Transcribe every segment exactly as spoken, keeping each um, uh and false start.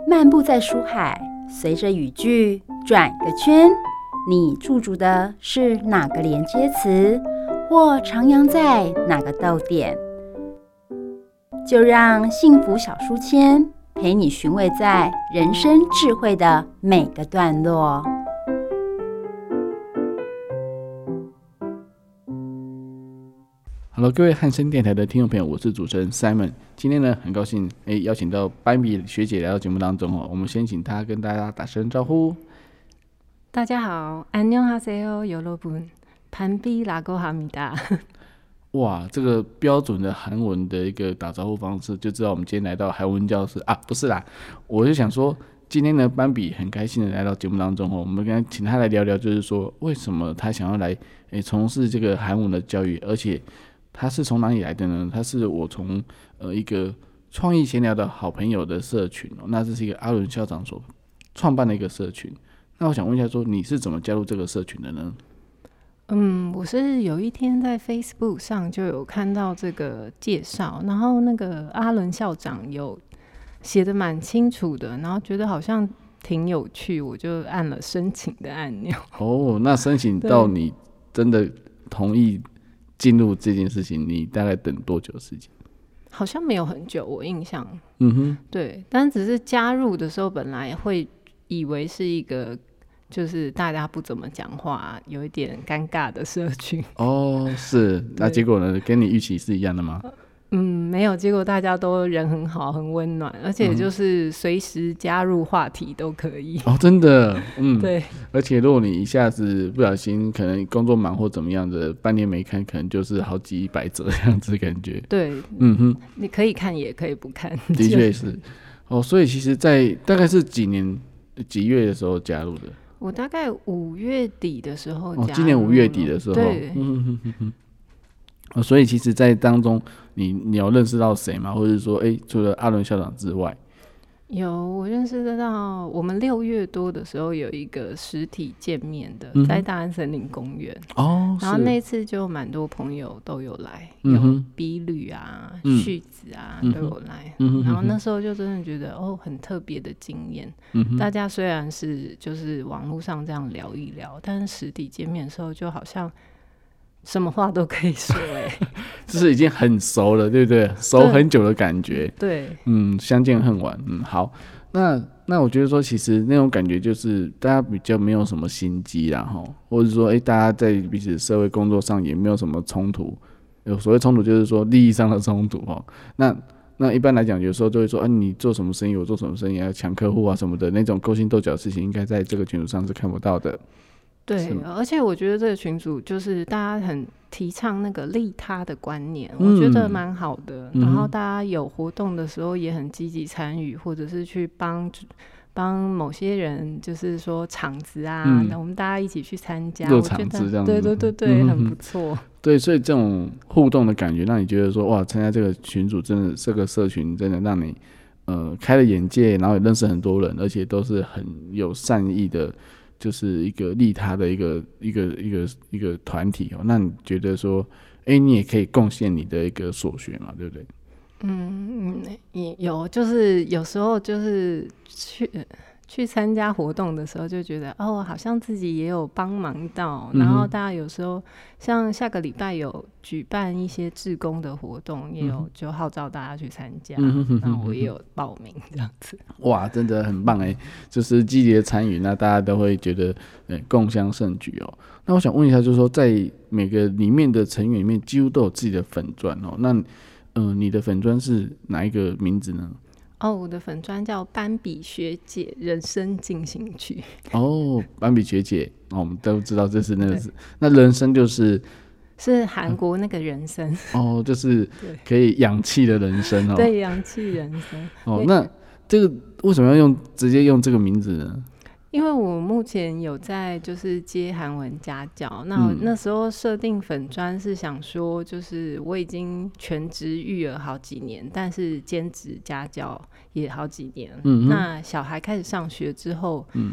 漫步在书海，随着语句转个圈，你驻足的是哪个连接词，或徜徉在哪个逗点？就让幸福小书签陪你寻味在人生智慧的每个段落。 Hello， 各位汉声电台的听众朋友，我是主持人 Simon。今天呢，很高興誒邀請到斑比學姐來到節目當中哦。我們先請她跟大家打聲招呼。 大家好，안녕하세요 여러분，斑比라고합니다。 哇，这个标准的韩文的一个打招呼方式，就知道我们今天来到韩文教室啊，不是啦，我就想说，今天呢，斑比很开心的来到节目当中哦，我们跟他请他来聊聊，就是说为什么他想要来誒從事這個韓文的教育，而且他是從哪裡來的呢？他是我從呃一個創意閒聊的好朋友的社群哦，那這是一個阿倫校長所創辦的一個社群。那我想問一下說，你是怎麼加入這個社群的呢？ 嗯，我是有一天在 Facebook 上就有看到这个介绍，然后那个阿伦校长有写得蛮清楚的，然后觉得好像挺有趣，我就按了申请的按钮。 哦，那申請到你真的同意進入這件事情，你大概等多久時間？ 好像沒有很久，我印象。 嗯哼， 對，但只是加入的時候，本來會以為是一個就是大家不怎麼講話，有一點尷尬的社群。 哦，是，那結果呢？跟你預期是一樣的嗎？ 嗯，沒有，結果大家都人很好，很溫暖，而且就是隨時加入話題都可以。 哦，真的，嗯， 對。 而且如果你一下子不小心，可能工作忙或怎麼樣的，半年沒看，可能就是好幾百折這樣子感覺。 對， 嗯哼， 你可以看也可以不看。 的確是。哦，所以其實在大概是幾年幾月的時候加入的？ 我大概五月底的時候加入。 哦，今年五月底的時候。 對。 嗯哼哼哼。哦，所以其實在當中你你有認識到誰嗎？或者是說，哎，除了阿倫校長之外？ 有，我認識得到我們六月多的時候有一個實體見面的， 嗯、 在大安森林公園。 哦， 然後那次就蠻多朋友都有來， 嗯、 有 B 旅啊、旭、嗯、子啊、嗯、都有來、嗯。然後那時候就真的覺得哦，很特別的經驗、嗯。大家雖然是就是網絡上這樣聊一聊，但是實體見面的時候就好像什麼話都可以說哎、欸， 就是已經很熟了，對不對？熟很久的感覺， 對， 嗯，相見恨晚，嗯，好，那那我覺得說，其實那種感覺就是大家比較沒有什麼心機啦，齁，或者說，哎、欸，大家在彼此社會工作上也沒有什麼衝突，有所謂衝突就是說利益上的衝突，齁，那那一般來講，有時候就會說，啊，你做什麼生意，我做什麼生意，要搶客戶啊什麼的，那種勾心鬥角的事情，應該在這個群組上是看不到的。 對，而且我覺得這個群組就是大家很提倡那個利他的觀念、嗯、我覺得蠻好的、嗯、然後大家有活動的時候也很積極參與，或者是去幫幫某些人就是說場子啊、嗯、我們大家一起去參加， 熱場子這樣子， 對對對對、嗯、很不錯。 對，所以這種互動的感覺讓你覺得說，哇，參加這個群組真的這個社群真的讓你呃開了眼界，然後也認識很多人，而且都是很有善意的，就是一個利他的一個一個一個一個團體哦，那你覺得說，哎、欸，你也可以貢獻你的一個所學嘛，對不對？ 嗯，也有，就是有時候就是去去參加活動的時候，就覺得哦，好像自己也有幫忙到、嗯。然後大家有時候像下個禮拜有舉辦一些志工的活動，也有就號召大家去參加，嗯、然後我也有報名這樣子。 哇，真的很棒哎，就是積極的參與，那大家都會覺得呃共襄盛舉哦。那我想問一下，就是說在每個裡面的成員裡面，幾乎都有自己的粉專哦。那嗯、呃，你的粉專是哪一個名字呢？ 哦，我的粉專叫斑比學姐人生進行曲。 哦，斑比學姐、哦，我們都知道這是那個字。那人生就是是韓國那個人生、 嗯、哦，就是可以氧氣的人生哦。 對，氧氣人生。 哦，那這個為什麼要用直接用這個名字呢？ 因為我目前有在就是接韓文家教，那我那時候設定粉專是想說，就是我已經全職育兒好幾年，但是兼職家教也好幾年。嗯，那小孩開始上學之後，嗯，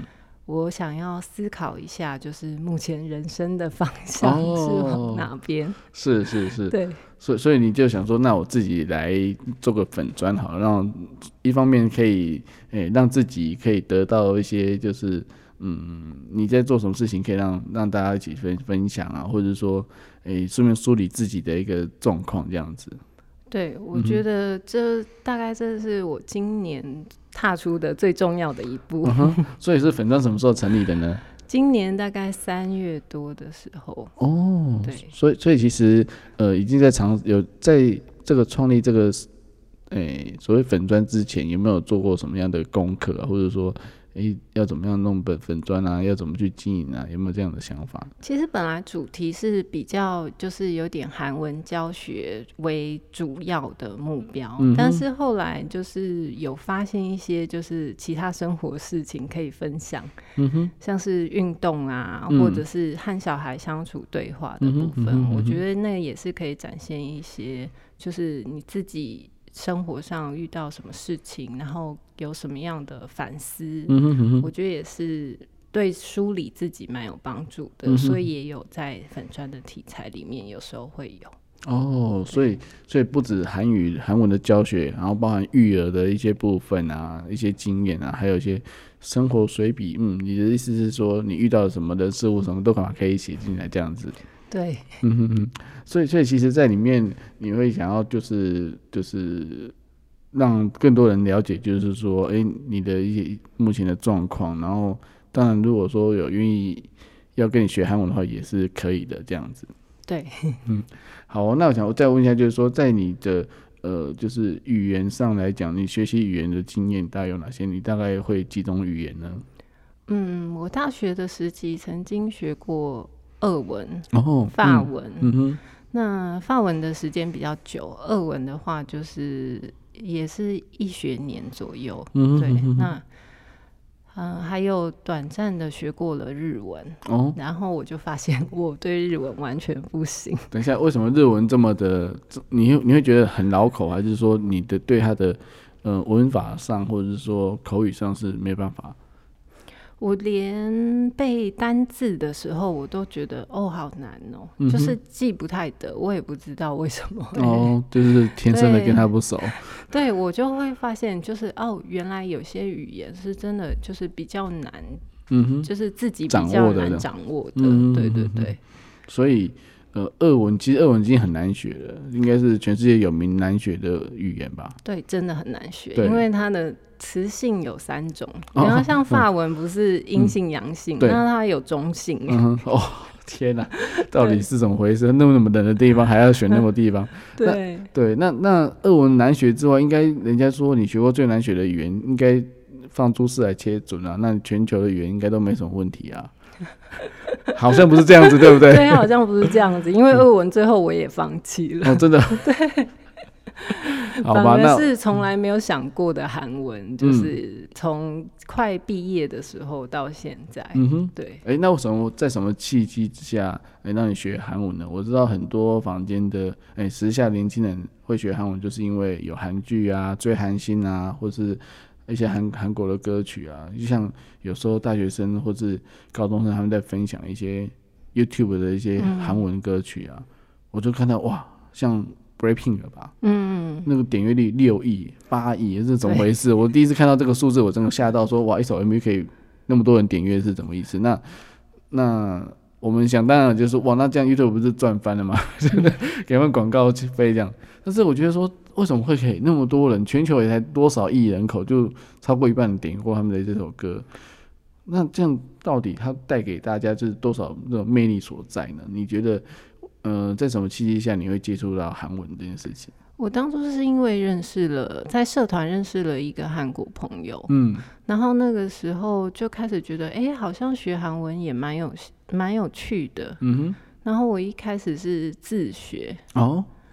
我想要思考一下，就是目前人生的方向是往哪边、哦、 是是是， 对， 所以所以你就想说，那我自己来做个粉专好了，让一方面可以、欸、让自己可以得到一些就是嗯你在做什么事情可以让让大家一起分分享啊，或者说诶顺便梳理自己的一个状况这样子。 对，我觉得这、嗯、大概这是我今年踏出的最重要的一步、 嗯、所以是粉专什么时候成立的呢？ 今年大概三月多的时候。 哦， 对， 所以所以其实呃已经在尝有在这个创立这个诶所谓粉专之前，有没有做过什么样的功课啊，或者说诶要怎么样弄本粉专啊，要怎么去经营啊，有没有这样的想法？ 其实本来主题是比较就是有点韩文教学为主要的目标、嗯、但是后来就是有发现一些就是其他生活事情可以分享、嗯、哼，像是运动啊、嗯、或者是和小孩相处对话的部分、嗯嗯嗯、我觉得那也是可以展现一些就是你自己生活上遇到什么事情，然后有什么样的反思、嗯哼嗯哼，我觉得也是对梳理自己蛮有帮助的、嗯、所以也有在粉专的题材里面有时候会有哦，所以所以不止韩语韩文的教学，然后包含育儿的一些部分啊，一些经验啊，还有一些生活随笔。嗯，你的意思是说你遇到了什么的事物，什么都可以写进来这样子？ 对， 嗯哼哼，所以所以其实在里面你会想要就是就是让更多人了解，就是说哎、欸、你的一些目前的状况，然后当然如果说有愿意要跟你学韩文的话也是可以的这样子。 对， 嗯，好，那我想我再问一下，就是说在你的呃就是语言上来讲，你学习语言的经验大概有哪些？你大概会几种语言呢？ 嗯，我大学的时期曾经学过俄文、 哦、 法文、 嗯嗯、 那法文的时间比较久，俄文的话就是也是一学年左右。嗯、对、嗯、那呃，还有短暂的学过了日文、哦、然后我就发现我对日文完全不行。 等一下，为什么日文这么的你会你会觉得很绕口，还是说你的对它的呃文法上或者是说口语上是没办法？ 我连背单字的时候我都觉得哦好难哦、嗯、就是记不太得，我也不知道为什么、欸、哦， 就是天生的跟他不熟。 对，对，我就会发现就是哦原来有些语言是真的就是比较难，嗯哼，就是自己比较难掌握的，嗯、对对对。 所以呃，俄文其实俄文已经很难学了，应该是全世界有名难学的语言吧？对， 真的很难学，因为它的词性有三种，然后像法文不是阴性阳性，那、嗯、它有中性。 嗯，哦，天哪，到底是怎么回事？那么那么冷的地方还要选那么地方？ 对对，那那俄文难学之外，应该人家说你学过最难学的语言，应该放诸四海皆准啊，那全球的语言应该都没什么问题啊。好像不是这样子，对不对？ 对，好像不是这样子，因为俄文最后我也放弃了。 哦，真的？ 对。 好吧， 反而是从来没有想过的韩文、嗯、就是从快毕业的时候到现在。嗯哼，对。 哎、欸，那为什么在什么契机之下，哎、欸，让你学韩文呢？我知道很多坊间的哎、欸、时下年轻人会学韩文，就是因为有韩剧啊、追韩星啊，或是一些韩韩国的歌曲啊。就像有时候大学生或是高中生他们在分享一些 YouTube 的一些韩文歌曲啊、嗯，我就看到哇，像Breaking 了吧，嗯，那个点阅率六亿、八亿是怎么回事？我第一次看到这个数字，我真的吓到说，哇，一首 M V 可以那么多人点阅是怎么意思？那那我们想当然就是哇，那这样 YouTube 不是赚翻了吗？真的给他们广告费这样。但是我觉得说，为什么会可以那么多人？全球也才多少亿人口，就超过一半人点过他们的这首歌。那这样到底它带给大家就是多少那种魅力所在呢？你觉得？呃，在什么契机下你会接触到韩文这件事情？ 我当初是因为认识了，在社团认识了一个韩国朋友，嗯，然后那个时候就开始觉得，哎、欸，好像学韩文也蛮有蛮有趣的，嗯哼。然后我一开始是自学，哦，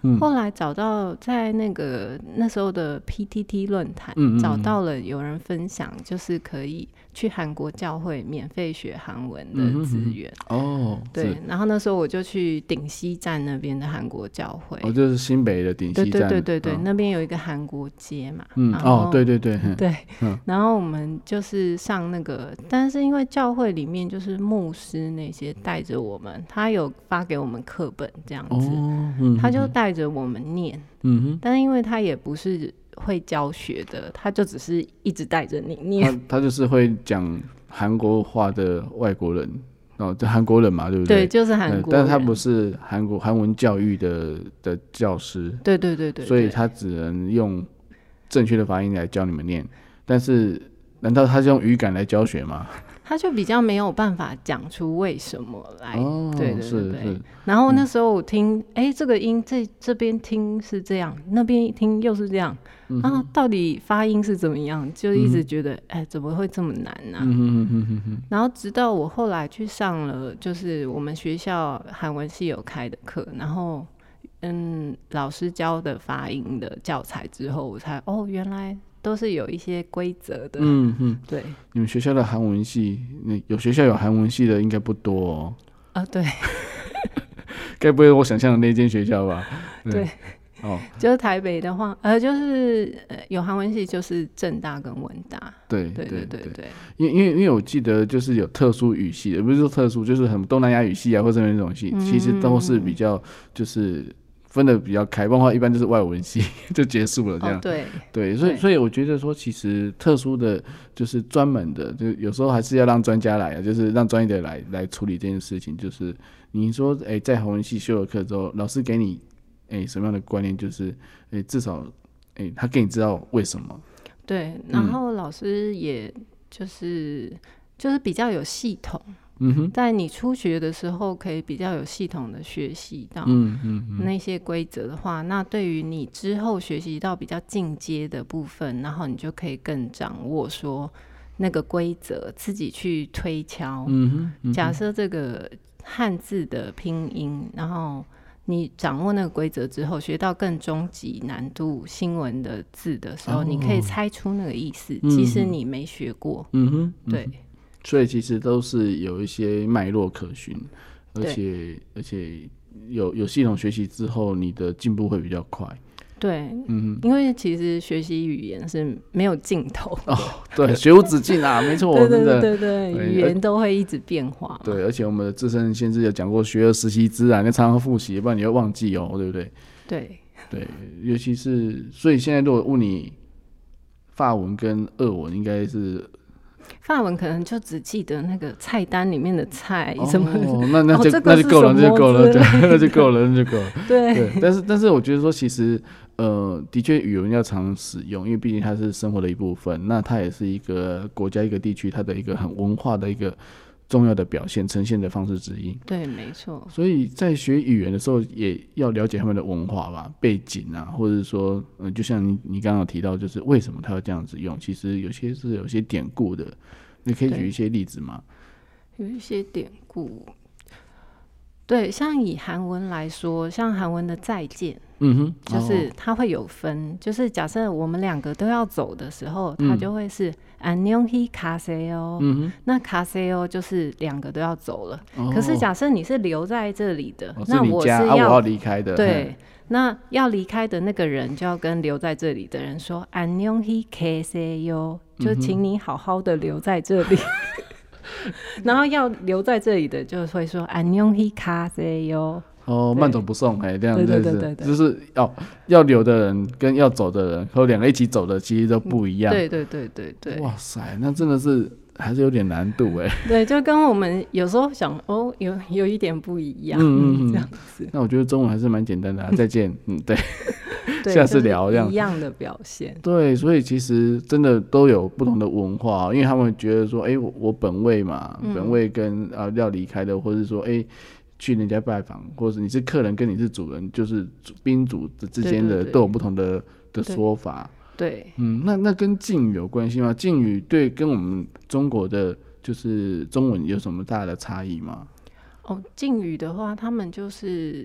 嗯， 后来找到在那个那时候的 P T T 论坛、 嗯嗯嗯找到了有人分享，就是可以去韩国教会免费学韩文的资源、 嗯、哦， 对，然后那时候我就去顶溪站那边的韩国教会， 哦，就是新北的顶溪站， 对对对对对、 哦、 那边有一个韩国街嘛， 嗯，哦，对对对对、 嗯， 然后我们就是上那个，但是因为教会里面就是牧师那些带着我们，他有发给我们课本这样子、 哦嗯、 他就带着我们念，嗯哼，但是因为他也不是会教学的，他就只是一直带着你念， 他他就是会讲韩国话的外国人哦，这韩国人嘛，对不对？ 对，就是韩国人、嗯， 但是他不是韩国韩文教育的的教师， 对对对 对, 对， 所以他只能用正确的发音来教你们念。但是，难道他是用语感来教学吗？ 他就比较没有办法讲出为什么来，哦、对对对对。然后那时候我听，哎、嗯，这个音这这边听是这样，那边听又是这样，嗯、然后到底发音是怎么样？就一直觉得，哎、嗯，怎么会这么难呢、啊嗯嗯嗯？然后直到我后来去上了，就是我们学校韩文系有开的课，然后嗯，老师教的发音的教材之后，我才哦，原来都是有一些规则的。嗯嗯，对。 你们学校的韩文系，有学校有韩文系的应该不多哦。 啊，对。 该不会我想象的那间学校吧？ 对。对哦，就是台北的话，呃，就是呃有韩文系，就是政大跟文大。 对对对对 对, 对。因为因为因为我记得就是有特殊语系的，不是说特殊，就是很东南亚语系啊，或者那种系、嗯，其实都是比较就是分的比较开，不然的话一般就是外文系就结束了这样。 哦、对对，所以所以我觉得说，其实特殊的就是专门的，就有时候还是要让专家来啊，就是让专业的来来处理这件事情。就是你说，哎、欸，在韩文系修了课之后，老师给你。欸、什么样的观念？就是、欸、至少、欸、他给你知道为什么。 对，然后老师也就是、嗯、就是比较有系统。嗯哼，在你初学的时候，可以比较有系统的学习到那些规则的话、嗯嗯嗯，那对于你之后学习到比较进阶的部分，然后你就可以更掌握说那个规则，自己去推敲。嗯哼，嗯哼，假设这个汉字的拼音，然后你掌握那个规则之后，学到更终极难度新闻的字的时候、哦、你可以猜出那个意思、嗯、即使你没学过。嗯哼，对、嗯哼， 所以其实都是有一些脉络可循，而且而且有有系统学习之后，你的进步会比较快。 对，嗯，因为其实学习语言是没有尽头的。哦， 对，学无止境啊，没错， 对对对对对，语言都会一直变化。 对，而且我们的自身限制有讲过，学而时习之啊，你常常复习，不然你会忘记哦，对不对？ 对对，尤其是所以现在如果问你法文跟俄文，应该是。 法文可能就只记得那个菜单里面的菜什么， 哦，那那就、哦、那就够了，那就够了，对，那就够了，那就够了。 对对，但是但是我觉得说，其实呃，的确语文要常使用，因为毕竟它是生活的一部分，那它也是一个国家一个地区它的一个很文化的一个重要的表现呈现的方式之一。 对，没错。 所以在学语言的时候，也要了解他们的文化吧、背景啊，或者说，嗯、呃，就像你你刚刚提到，就是为什么他要这样子用，其实有些是有些典故的。你可以举一些例子吗？ 有一些典故，对，像以韩文来说，像韩文的再见，嗯哼，就是它会有分，哦、就是假设我们两个都要走的时候，它就会是안녕히 가세요，嗯哼，那가세요就是两个都要走了，哦、可是假设你是留在这里的， 哦、 那我是要、 啊、我要离开的， 对。那要离开的那个人就要跟留在这里的人说안녕히 가세요，就请你好好的留在这里。然后要留在这里的就会说안녕히 가세요。 哦，慢走不送，哎，这样子， 对对对对对， 就是要要留的人跟要走的人，和两个一起走的其实都不一样。 对对对对对。 哇塞，那真的是还是有点难度哎。 对，就跟我们有时候想哦，有有一点不一样，嗯嗯，这样子。 那我觉得中文还是蛮简单的啊，再见，嗯，对，下次聊这样。 一样的表现。 对，所以其实真的都有不同的文化，因为他们觉得说，哎、欸，我本位嘛，嗯、本位跟啊要离开的，或者是说，哎、欸。去人家拜访，或者你是客人跟你是主人，就是宾主之间的都有不同的的说法。 对， 嗯，那那跟敬语有关系吗？敬语对跟我们中国的就是中文有什么大的差异吗？ 哦，敬语的话，他们就是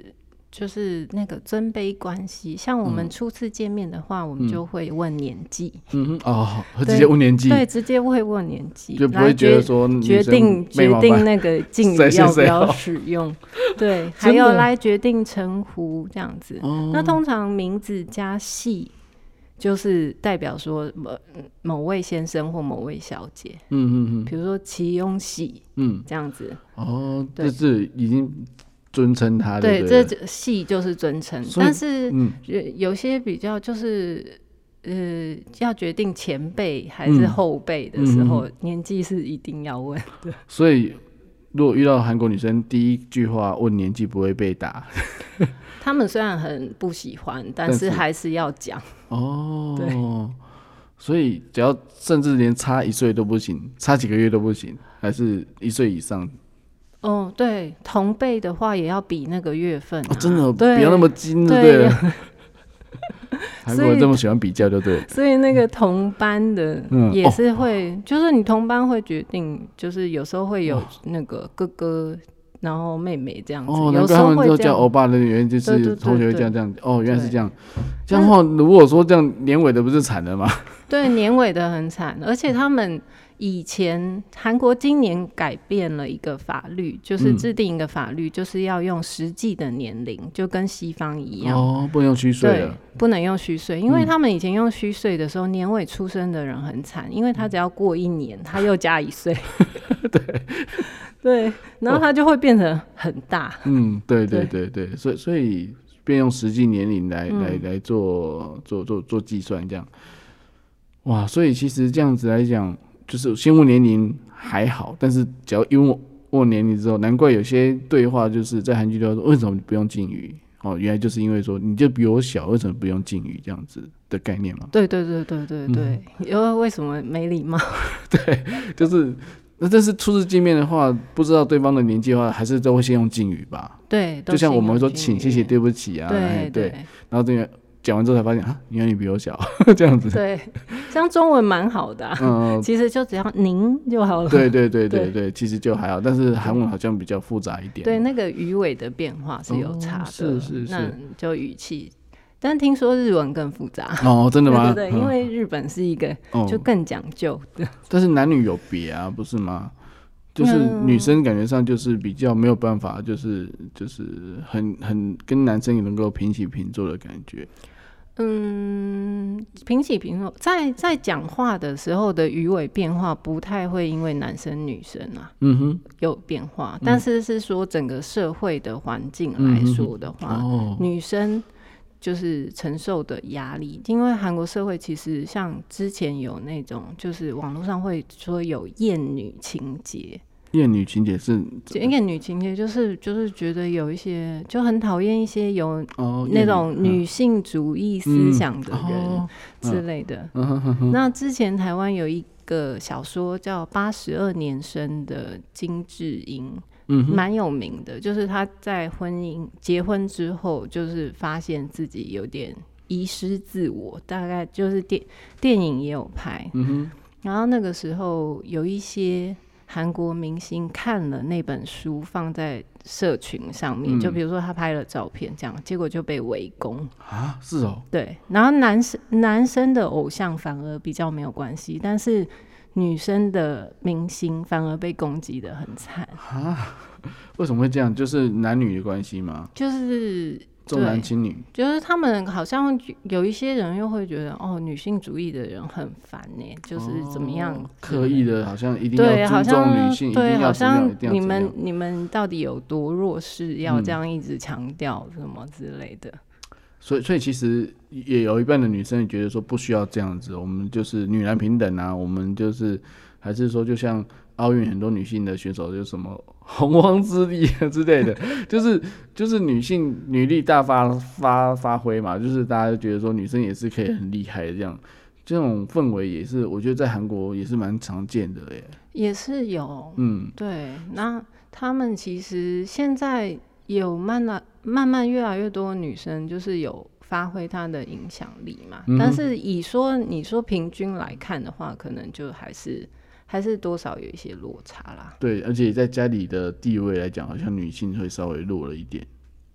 就是那个尊卑关系，像我们初次见面的话，嗯、我们就会问年纪。 嗯哦，直接问年纪， 对，直接会问年纪， 就不会觉得说决定决定那个敬语要不要使用，对，还要来决定称呼这样子。哦、那通常名字加系，就是代表说某某位先生或某位小姐。嗯嗯嗯，比如说齐雍喜，嗯，这样子。 哦，这是已经尊称他的， 对，对这系就是尊称，但是、嗯、有些比较就是呃，要决定前辈还是后辈的时候，嗯、年纪是一定要问的。 所以如果遇到韩国女生，第一句话问年纪不会被打。 他们虽然很不喜欢，但是还是要讲。 哦，对，所以只要甚至连差一岁都不行，差几个月都不行，还是一岁以上。 哦，对，同辈的话也要比那个月份、啊哦、真的不要那么精，对对了。韩国人这么喜欢比较，就对了。 所以那个同班的也是会，嗯哦、就是你同班会决定，就是有时候会有那个哥哥，然后妹妹这样子。 哦，有时候会这样。叫欧巴的原因就是同学会这样这样。哦，原来是这样。这样的话，如果说这样年尾的不是惨了吗？ 对，年尾的很惨，而且他们。以前韩国今年改变了一个法律，就是制定一个法律，嗯、就是要用实际的年龄，就跟西方一样。 哦，不能用虚岁了。 对，不能用虚岁，因为他们以前用虚岁的时候，嗯、年尾出生的人很惨，因为他只要过一年，他又加一岁。 对对，然后他就会变成很大。 嗯，对对对对，所以所以变用实际年龄来、嗯、来来做做做做计算，这样。哇，所以其实这样子来讲。就是先问年龄还好，但是只要一问问年龄之后，难怪有些对话就是在韩剧都要说为什么你不用敬语哦，原来就是因为说你就比我小，为什么不用敬语这样子的概念嘛？ 对对对对对对，因为、嗯、为什么没礼貌？ 对，就是那但是初次见面的话，不知道对方的年纪的话，还是都会先用敬语吧？ 对， 就像我们会说请、谢谢、对不起啊， 对 对, 对，然后这个。讲完之后才发现啊，原来你比我小，这样子。 对，像中文蛮好的、啊，嗯，其实就只要您就好了。 对对对对 对, 对，其实就还好，但是韩文好像比较复杂一点。 对，那个语尾的变化是有差的，哦、 是是是， 那就语气。但听说日文更复杂哦，真的吗？ 对对对，因为日本是一个就更讲究的、哦。 但是男女有别啊，不是吗？就是女生感觉上就是比较没有办法，就是就是很很跟男生也能够平起平坐的感觉。 嗯，平起平坐，在在讲话的时候的语尾变化不太会因为男生女生啊，嗯哼，有变化。嗯、但是是说整个社会的环境来说的话，嗯哦、女生就是承受的压力，因为韩国社会其实像之前有那种，就是网络上会说有厌女情节。 厌女情节是厌女情节就是就是觉得有一些就很讨厌一些有那种女性主义思想的人之类的。哦嗯哦、那之前台湾有一个小说叫《八十二年生的金智英》，蛮、嗯、有名的。就是他在婚姻结婚之后，就是发现自己有点遗失自我，大概就是电电影也有拍。嗯、然后那个时候有一些。韩国明星看了那本书放在社群上面、嗯、就比如说他拍了照片这样，结果就被围攻啊，是哦， 对，然后男生男生的偶像反而比较没有关系，但是女生的明星反而被攻击得很惨啊？为什么会这样？就是男女的关系吗？ 就是重男轻女， 就是他们好像有一些人又会觉得哦，女性主义的人很烦呢，就是怎么样、哦、 刻意的，好像一定要尊重女性， 对，好像你们你们到底有多弱势，要这样一直强调什么之类的。嗯、 所以，所以其实也有一半的女生觉得说不需要这样子，我们就是女男平等啊，我们就是还是说就像。奥运很多女性的选手就什么洪荒之力之类的，就是就是女性女力大发发发挥嘛，就是大家就觉得说女生也是可以很厉害的这样，这种氛围也是我觉得在韩国也是蛮常见的耶。 也是有，嗯，对，那他们其实现在有慢慢慢慢越来越多女生就是有发挥她的影响力嘛，嗯、但是以说你说平均来看的话，可能就还是。还是多少有一些落差啦。 对，而且在家里的地位来讲，好像女性会稍微弱了一点。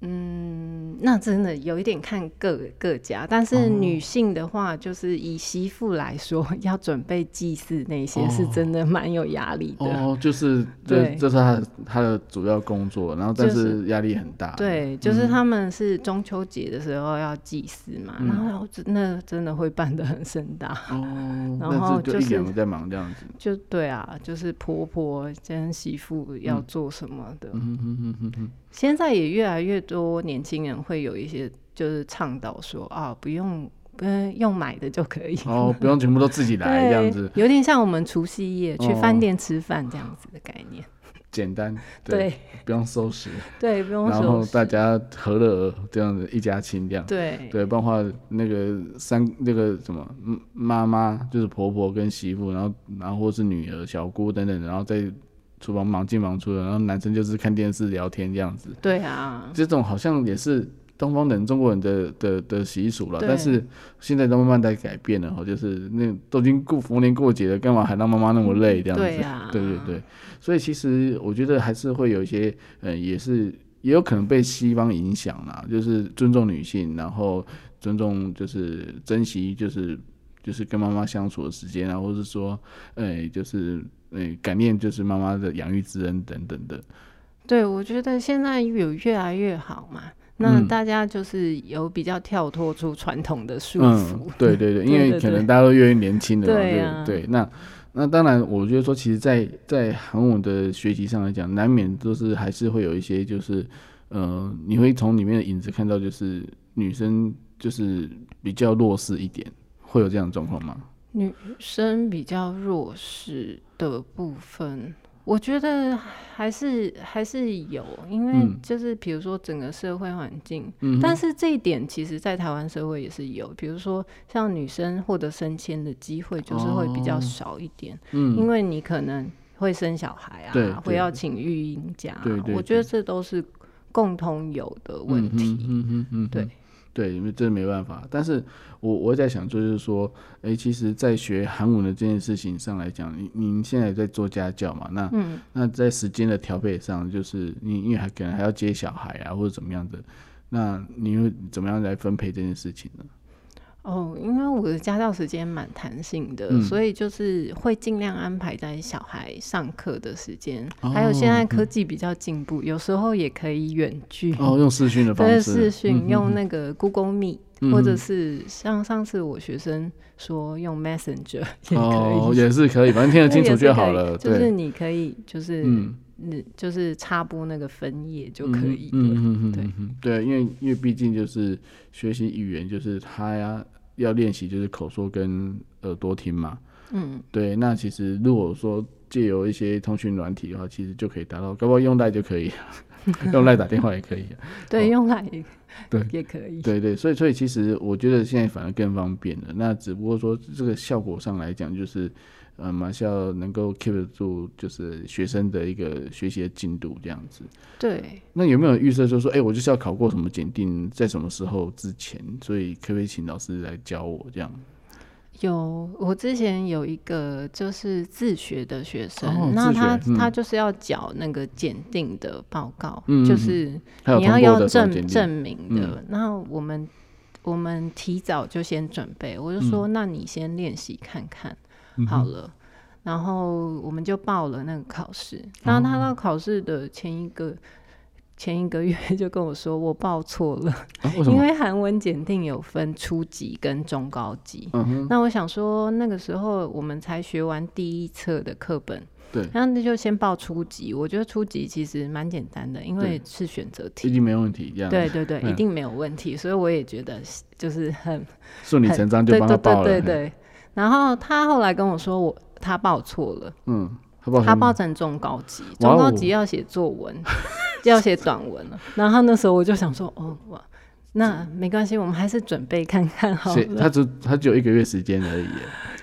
嗯，那真的有一点看各各家，但是女性的话，就是以媳妇来说，要准备祭祀那些，是真的蛮有压力的。 哦，就是这这是他的他的主要工作，然后但是压力很大。 就是、对，就是他们是中秋节的时候要祭祀嘛，嗯、然后那真的会办得很盛大。 哦， 然后就一两个在忙这样子。 就对啊，就是婆婆跟媳妇要做什么的。 嗯哼哼哼哼。 现在也越来越多年轻人会有一些就是倡导说啊，不用不用买的就可以哦，不用全部都自己来这样子， 有点像我们除夕夜去饭店吃饭这样子的概念， 简单对, 对，不用收拾， 对，不用收拾， 然后大家和乐这样子一家亲这样， 对对，不然的话那个三那个什么妈妈就是婆婆跟媳妇，然后然后或是女儿小姑等等，然后再厨房忙进忙出的，然后男生就是看电视聊天这样子。 对啊， 这种好像也是东方人、中国人的的的习俗了，但是现在都慢慢在改变了，就是那都已经过逢年过节了，干嘛还让妈妈那么累这样子？ 对啊， 对对对，所以其实我觉得还是会有一些，呃，也是也有可能被西方影响啦，就是尊重女性，然后尊重就是珍惜就是就是跟妈妈相处的时间啊，或是说，呃，就是。嗯，感念就是妈妈的养育之恩等等的。 对，我觉得现在有越来越好嘛，那大家就是有比较跳脱出传统的束缚、 嗯。对对对，因为可能大家都越来越年轻了嘛。 对啊， 对对。那那当然，我觉得说，其实在，在在韩文的学习上来讲，难免都是还是会有一些，就是呃，你会从里面的影子看到，就是女生就是比较弱势一点，会有这样的状况吗？ 女生比较弱势的部分，我觉得还是还是有，因为就是比如说整个社会环境、嗯，但是这一点其实在台湾社会也是有，比如说像女生获得升迁的机会就是会比较少一点，哦、因为你可能会生小孩啊， 对对会要请育婴假、啊， 对对对， 我觉得这都是共同有的问题， 嗯嗯嗯嗯，对。对，因为这没办法。但是我我在想，就是说，哎，其实，在学韩文的这件事情上来讲，您您现在在做家教嘛？那、嗯、那在时间的调配上，就是你因为还可能还要接小孩啊，或者怎么样的，那你会怎么样来分配这件事情呢？ 哦，因为我的家教时间蛮弹性的、嗯，所以就是会尽量安排在小孩上课的时间、哦。还有现在科技比较进步、嗯，有时候也可以远距哦，用视讯的方式， 对，视讯、嗯、用那个 Google Meet，、嗯、或者是像上次我学生说用 Messenger 也可以， 哦，也是可以，反正听得清楚就好了。 就是你可以就是嗯。就是插播那个分页就可以了，嗯嗯嗯，对对，因为因为毕竟就是学习语言，就是他呀要练习就是口说跟耳朵听嘛，嗯，对，那其实如果说借由一些通讯软体的话，其实就可以达到，搞不好用赖就可以，用赖打电话也可以， 对，哦、用赖也对也可以， 对对，所以所以其实我觉得现在反而更方便了，那只不过说这个效果上来讲就是。呃，马校能够 keep 得住，就是学生的一个学习的进度这样子。 对。 那有没有预设，就是说，哎、欸，我就是要考过什么检定，在什么时候之前，所以可不可以请老师来教我这样？ 有，我之前有一个就是自学的学生，哦、那他、嗯、他就是要缴那个检定的报告，嗯、就是你要要证证明的。那、嗯、我们我们提早就先准备，我就说，嗯、那你先练习看看。好了，然后我们就报了那个考试。然后他到考试的前一个、哦、前一个月就跟我说，我报错了，啊、为因为韩文检定有分初级跟中高级。嗯、那我想说，那个时候我们才学完第一册的课本， 对， 然后那就先报初级。我觉得初级其实蛮简单的，因为是选择题， 一定没问题。这样对对对、嗯，一定没有问题。所以我也觉得就是很顺理成章就帮他报了。 对对对对。然后他后来跟我说我，我他报错了， 嗯， 他报, 他报成中高级，中高级要写作文，要写短文了。然后那时候我就想说，哦，哇，那没关系，我们还是准备看看好了。 他只他只有一个月时间而已。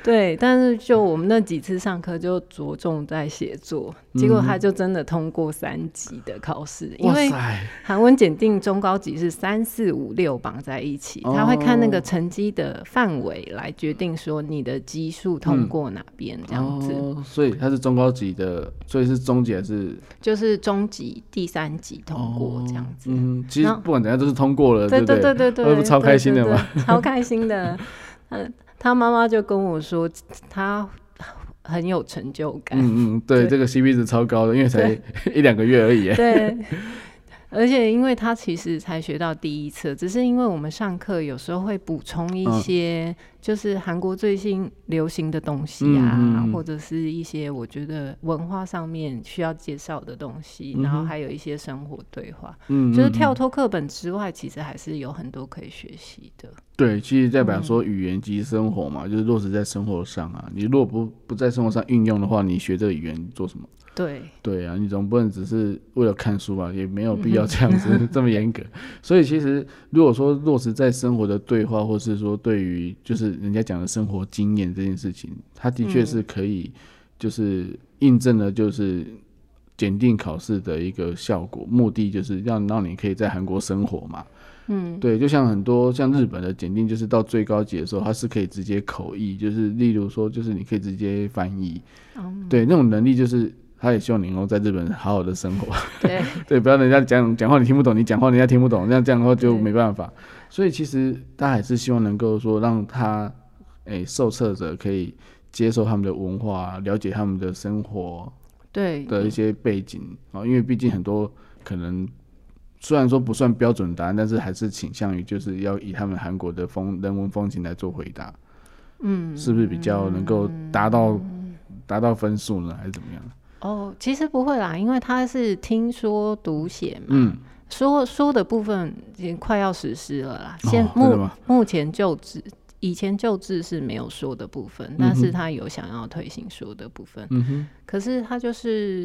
对，但是就我们那几次上课就着重在写作，结果他就真的通过三级的考试，嗯、因为韩文检定中高级是三四五六绑在一起，他会看那个成绩的范围来决定说你的级数通过哪边、嗯、这样子、 哦。所以他是中高级的，所以是中级还是？ 就是中级第三级通过这样子。 哦、嗯，其实不管怎样都是通过了，对不对？ 对对对对， 不超开心的嘛， 对对对超开心的。嗯。他妈妈就跟我说，他很有成就感。 嗯嗯，对，对这个 C P 值超高的，因为才一两个月而已。 对，而且因为他其实才学到第一册，只是因为我们上课有时候会补充一些，就是韩国最新流行的东西啊、嗯嗯嗯，或者是一些我觉得文化上面需要介绍的东西、嗯，然后还有一些生活对话。嗯，就是跳脱课本之外，其实还是有很多可以学习的。 对，其实代表说语言即生活嘛、嗯，就是落实在生活上啊。你如果不不在生活上运用的话，你学这个语言做什么？ 对对啊，你总不能只是为了看书吧，也没有必要这样子、嗯、这么严格。所以其实如果说落实在生活的对话，或是说对于就是人家讲的生活经验这件事情，它的确是可以就是印证了就是检定考试的一个效果，目的就是让让你可以在韩国生活嘛。嗯，对，就像很多像日本的检定，就是到最高级的时候，它是可以直接口译，就是例如说，就是你可以直接翻译、嗯，对，那种能力就是他也希望你能够在日本好好的生活，对，对，不要人家讲讲话你听不懂，你讲话人家听不懂，这样这样的话就没办法。所以其实大家还是希望能够说让他，诶，受测者可以接受他们的文化，了解他们的生活，对的一些背景啊，因为毕竟很多可能。虽然说不算标准答案，但是还是倾向于就是要以他们韩国的风人文风情来做回答，嗯，是不是比较能够达到达到分数呢，还是怎么样？ 哦，其实不会啦，因为他是听说读写嘛，嗯，说说的部分已经快要实施了啦。现、哦、目目前就职，以前就职是没有说的部分，但是他有想要推行说的部分，嗯哼，可是他就是。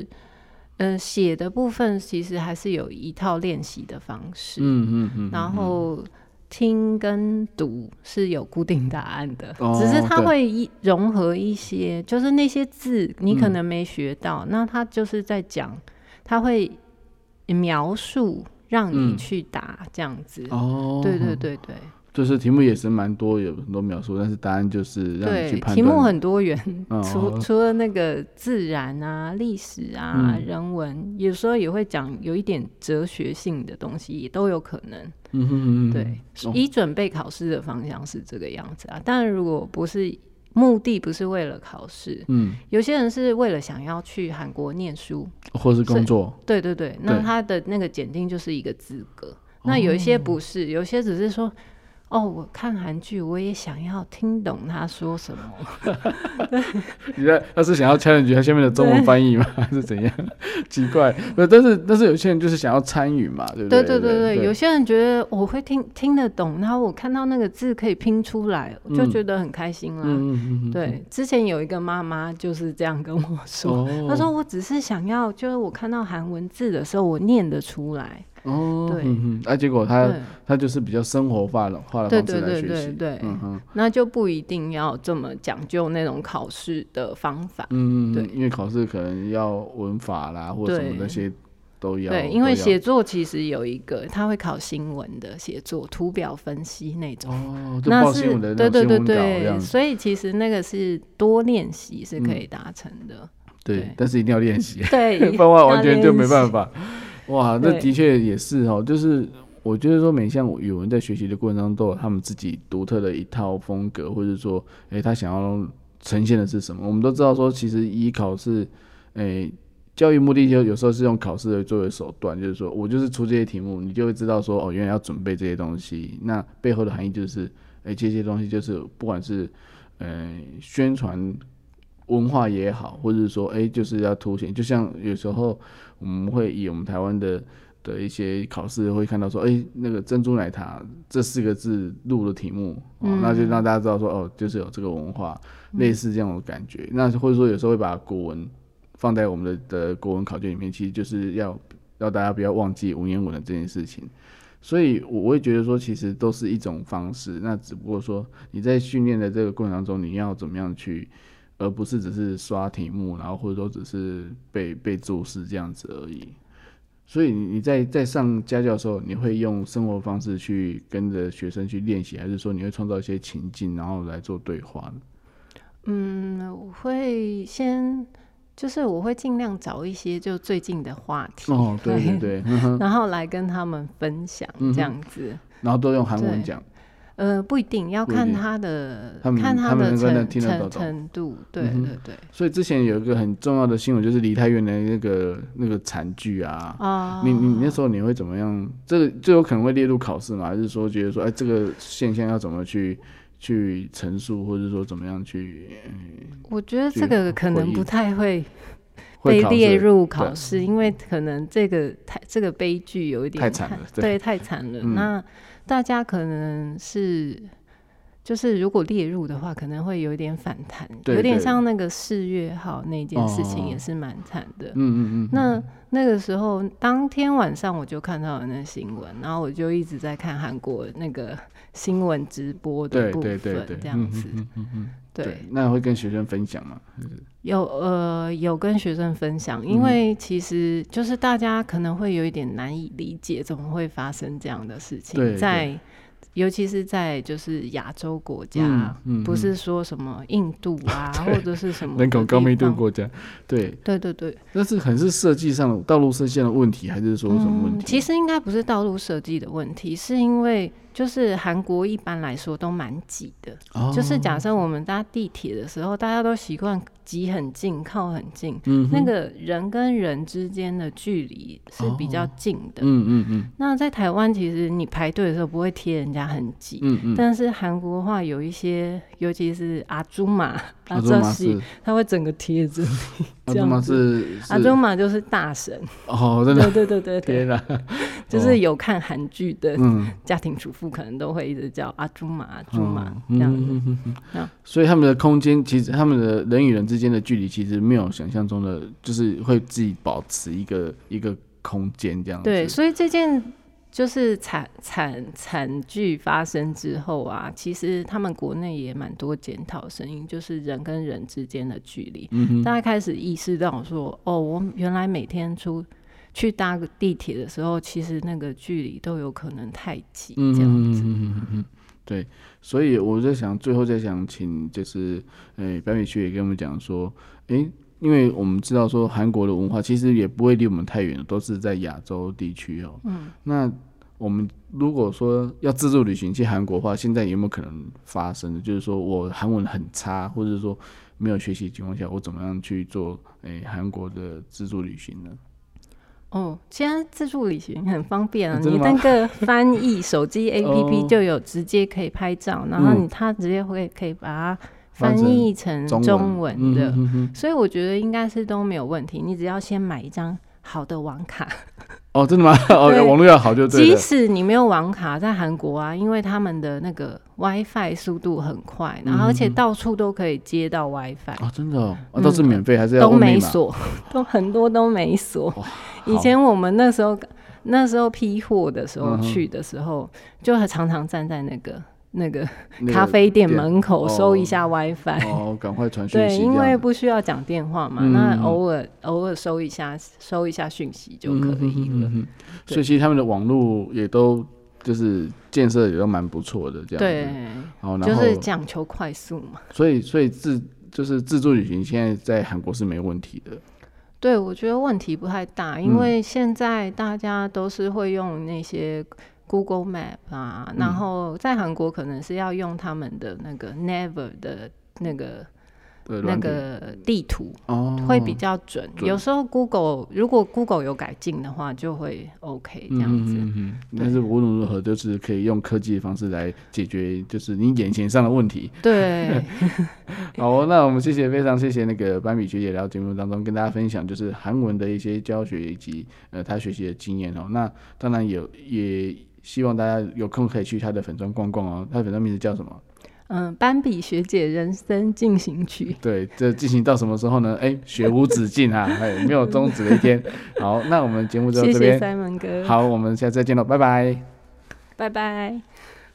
呃，写的部分其实还是有一套练习的方式，嗯嗯嗯，然后听跟读是有固定答案的，哦、只是它会融合一些，就是那些字你可能没学到，嗯、那他就是在讲，他会描述让你去答、嗯、这样子，哦，对对对对。 就是题目也是蛮多，有很多描述，但是答案就是让你去判断。 对，题目很多元，哦、除除了那个自然啊、历史啊、嗯、人文，有时候也会讲有一点哲学性的东西，也都有可能。嗯哼嗯哼，对、哦，以准备考试的方向是这个样子啊。当然，如果不是目的不是为了考试，嗯，有些人是为了想要去韩国念书或是工作， 对对对，那他的那个检定就是一个资格。那有一些不是，有些只是说。哦，我看韩剧，我也想要听懂他说什么。 你在他是想要 challenge 他下面的中文翻译吗？还是怎样？奇怪，但是但是有些人就是想要参与嘛，对不对？ 对对对 对, 对，有些人觉得我会听听得懂，然后我看到那个字可以拼出来，我就觉得很开心啦。嗯嗯嗯对，之前有一个妈妈就是这样跟我说，她、哦、说我只是想要，就是我看到韩文字的时候，我念得出来。 哦，对，嗯啊，结果他他就是比较生活化的化的方式来学习，对对对对对， 嗯哼，那就不一定要这么讲究那种考试的方法， 嗯嗯，对，因为考试可能要文法啦或什么那些都要， 对，因为写作其实有一个，他会考新闻的写作、图表分析那种， 哦，就报新闻的那种新闻稿这样，对对对对， 所以其实那个是多练习是可以达成的，嗯、 对, 对，但是一定要练习， 对， 不然完全就没办法。哇，那的确也是哦，就是我觉得说每项语文在学习的过程中都有他们自己独特的一套风格，或者说，哎、欸，他想要呈现的是什么？我们都知道说，其实以考试，哎、欸，教育目的就有时候是用考试来作为手段，就是说我就是出这些题目，你就会知道说，哦，原来要准备这些东西，那背后的含义就是，哎、欸，这些东西就是不管是，呃，宣传。文化也好，或者是说，哎、欸，就是要凸显，就像有时候我们会以我们台湾的的一些考试会看到说，哎、欸，那个珍珠奶茶这四个字录的题目，哦嗯、那就让大家知道说，哦，就是有这个文化，嗯、类似这样的感觉。那或者说有时候会把国文放在我们的的国文考卷里面，其实就是要要大家不要忘记文言文的这件事情。 所以我会觉得说，其实都是一种方式，那只不过说你在训练的这个过程当中，你要怎么样去，而不是只是刷题目，然后或者说只是背背注释这样子而已。所以你在在上家教的时候，你会用生活方式去跟着学生去练习，还是说你会创造一些情境，然后来做对话呢？ 嗯，我会先就是我会尽量找一些就最近的话题， 哦，对对对， 然后来跟他们分享这样子， 嗯、然后都用韩文讲。 呃，不一定要看他的， 他们看他的程程程度，对对对、嗯。 所以之前有一个很重要的新闻，就是梨泰院的那个那个惨剧啊。 哦。 你你那时候你会怎么样？这个就有可能会列入考试吗？还是说觉得说，哎，这个现象要怎么去去陈述，或者说怎么样去？嗯、 我觉得这个可能不太会被列入考试，因为可能这个太这个悲剧有一点太惨了，对， 对太惨了。 嗯、 那大家可能是，就是如果列入的话，可能会有一点反弹，有点像那个四月号那件事情也是蛮惨的。 嗯嗯嗯。 那那个时候，当天晚上我就看到了那新闻，然后我就一直在看韩国那个新闻直播的部分，这样子。 嗯嗯嗯。 对， 那会跟学生分享吗？ 有呃有跟学生分享，因为其实就是大家可能会有一点难以理解，怎么会发生这样的事情， 对对， 在尤其是在就是亚洲国家、 嗯嗯， 不是说什么印度啊或者是什么人口高密度国家，对对对对， 那是很是设计上的道路设计上的问题，还是说什么问题？ 嗯、其实应该不是道路设计的问题，是因为就是韩国一般来说都蛮挤的、哦，就是假设我们搭地铁的时候，大家都习惯挤很近、靠很近、嗯，那个人跟人之间的距离是比较近的。 嗯嗯嗯。 那在台湾，其实你排队的时候不会贴人家很挤，嗯嗯。但是韩国的话，有一些，尤其是阿朱玛、阿扎西，他会整个贴着你。 阿朱玛是阿朱玛就是大神哦，真的， 对对对对对， 天哪！ 就是有看韩剧的家庭主妇可能都会一直叫阿朱玛阿朱玛这样子、嗯嗯嗯。所以他们的空间其实他们的人与人之间的距离其实没有想象中的，就是会自己保持一个一个空间这样子。 对，所以这件就是惨惨惨剧发生之后啊，其实他们国内也蛮多检讨声音，就是人跟人之间的距离、嗯，大家开始意识到说，哦，我原来每天出去搭个地铁的时候，其实那个距离都有可能太挤，这样子。嗯嗯嗯嗯， 对，所以我在想，最后再想请就是，诶、欸，白美学也跟我们讲说，诶、欸，因为我们知道说韩国的文化其实也不会离我们太远，都是在亚洲地区哦、喔。嗯，那我们如果说要自助旅行去韩国的话，现在有没有可能发生的？就是说我韩文很差，或者说没有学习的情况下，我怎么样去做诶韩国的自助旅行呢？ 哦，现在自助旅行很方便啊，你那个翻译手机 A P P 就有直接可以拍照，哦、然后你它直接会可以把它翻译成中文的，嗯、哼哼，所以我觉得应该是都没有问题。你只要先买一张好的网卡。 哦，真的吗？哦，网络要好就对了。 即使你没有网卡，在韩国啊，因为他们的那个 WiFi 速度很快，然后而且到处都可以接到 WiFi。 哦，真的哦，啊、都是免费、嗯、还是要都没锁，都很多都没锁。以前我们那时候那时候批货的时候、嗯、去的时候，就常常站在那个。那个咖啡店门口收一下 WiFi， 哦，赶快传讯息。 对，因为不需要讲电话嘛，嗯、那偶尔偶尔收一下收一下讯息就可以了。嗯哼哼哼， 所以其实他们的网络也都就是建设也都蛮不错的，这样子。 对， 然后就是讲求快速嘛。 所以所以自就是自助旅行现在在韩国是没问题的。 对，我觉得问题不太大，因为现在大家都是会用那些。Google Map 啊，然后在韩国可能是要用他们的那个 Naver 的那个那个地图，哦，会比较准。有时候 Google 如果 Google 有改进的话，就会 OK 这样子。嗯嗯嗯， 但是无论如何，就是可以用科技的方式来解决，就是你眼前上的问题。 对。 好，那我们谢谢，非常谢谢那个班比学姐来到节目当中跟大家分享，就是韩文的一些教学以及呃他学习的经验哦。那当然有也。希望大家有空可以去他的粉专逛逛哦。他的粉专名字叫什么？ 嗯，斑比学姐人生进行曲。 对，这进行到什么时候呢？哎、欸，学无止境啊，哎，没有终止的一天。好，那我们节目就到这边。 谢谢 Simon 哥。 好，我们下次再见喽，拜拜。 拜拜。